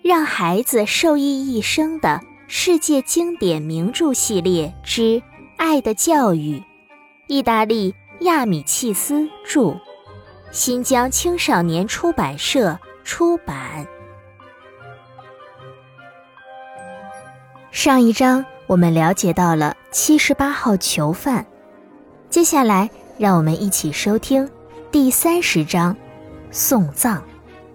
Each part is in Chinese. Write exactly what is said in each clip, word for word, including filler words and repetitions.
让孩子受益一生的世界经典名著系列之《爱的教育》，意大利亚米契斯著，新疆青少年出版社出版。上一章我们了解到了七十八号囚犯，接下来让我们一起收听第三十章送葬。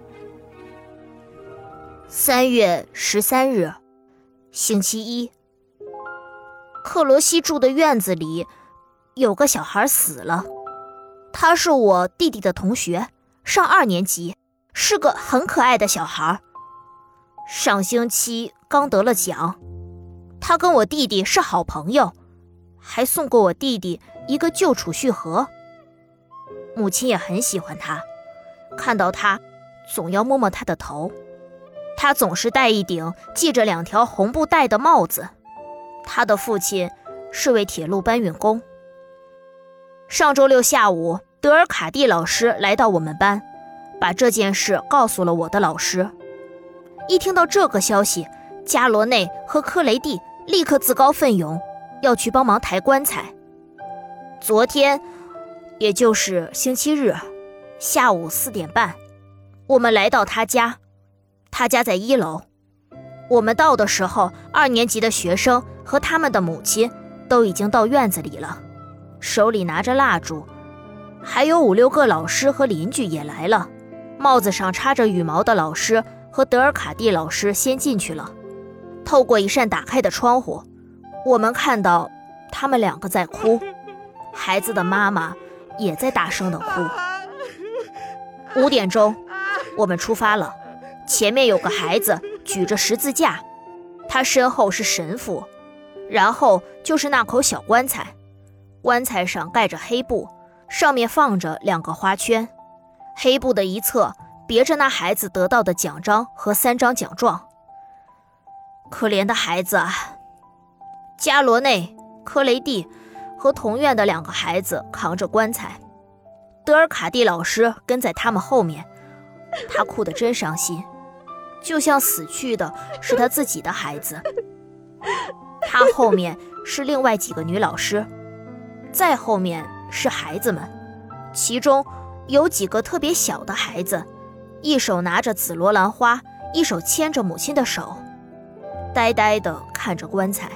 三月十三日，星期一。克罗西住的院子里有个小孩死了，他是我弟弟的同学，上二年级，是个很可爱的小孩。上星期刚得了奖，他跟我弟弟是好朋友，还送过我弟弟一个旧储蓄盒。母亲也很喜欢他，看到他总要摸摸他的头。他总是戴一顶系着两条红布带的帽子。他的父亲是位铁路搬运工。上周六下午，德尔卡蒂老师来到我们班，把这件事告诉了我的老师。一听到这个消息，加罗内和科雷蒂立刻自告奋勇，要去帮忙抬棺材。昨天，也就是星期日，下午四点半，我们来到他家。他家在一楼。我们到的时候，二年级的学生和他们的母亲都已经到院子里了，手里拿着蜡烛，还有五六个老师和邻居也来了。帽子上插着羽毛的老师和德尔卡蒂老师先进去了。透过一扇打开的窗户，我们看到他们两个在哭，孩子的妈妈也在大声地哭。五点钟，我们出发了。前面有个孩子举着十字架，他身后是神父，然后就是那口小棺材，棺材上盖着黑布，上面放着两个花圈，黑布的一侧别着那孩子得到的奖章和三张奖状。可怜的孩子啊！加罗内、科雷蒂和同院的两个孩子扛着棺材，德尔卡蒂老师跟在他们后面，他哭得真伤心，就像死去的是他自己的孩子。他后面是另外几个女老师，再后面是孩子们，其中有几个特别小的孩子，一手拿着紫罗兰花，一手牵着母亲的手，呆呆地看着棺材。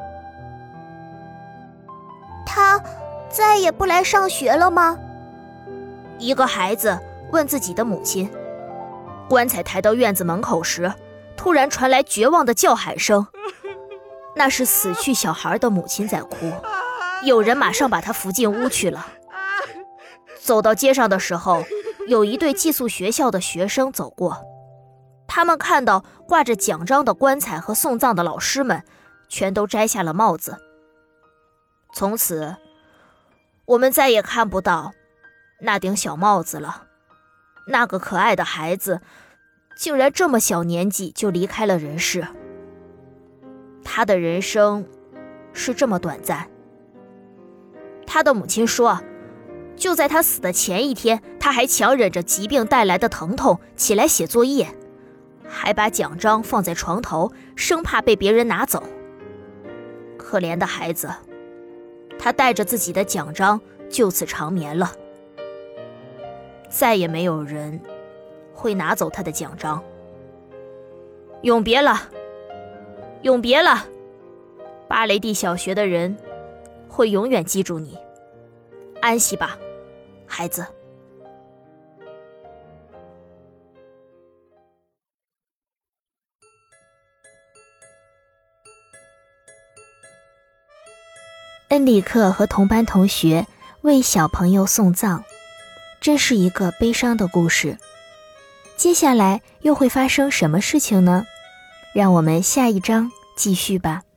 他再也不来上学了吗？ 一个孩子问自己的母亲。棺材抬到院子门口时，突然传来绝望的叫喊声，那是死去小孩的母亲在哭。有人马上把她扶进屋去了。走到街上的时候，有一对寄宿学校的学生走过，他们看到挂着奖章的棺材和送葬的老师们全都摘下了帽子。从此，我们再也看不到那顶小帽子了。那个可爱的孩子竟然这么小年纪就离开了人世。他的人生是这么短暂。他的母亲说，就在他死的前一天，他还强忍着疾病带来的疼痛起来写作业，还把奖章放在床头，生怕被别人拿走。可怜的孩子，他带着自己的奖章就此长眠了。再也没有人会拿走他的奖章。永别了，永别了，巴雷蒂小学的人会永远记住你。安息吧，孩子。 恩里克和同班同学为小朋友送葬，真是一个悲伤的故事。接下来又会发生什么事情呢？让我们下一章继续吧。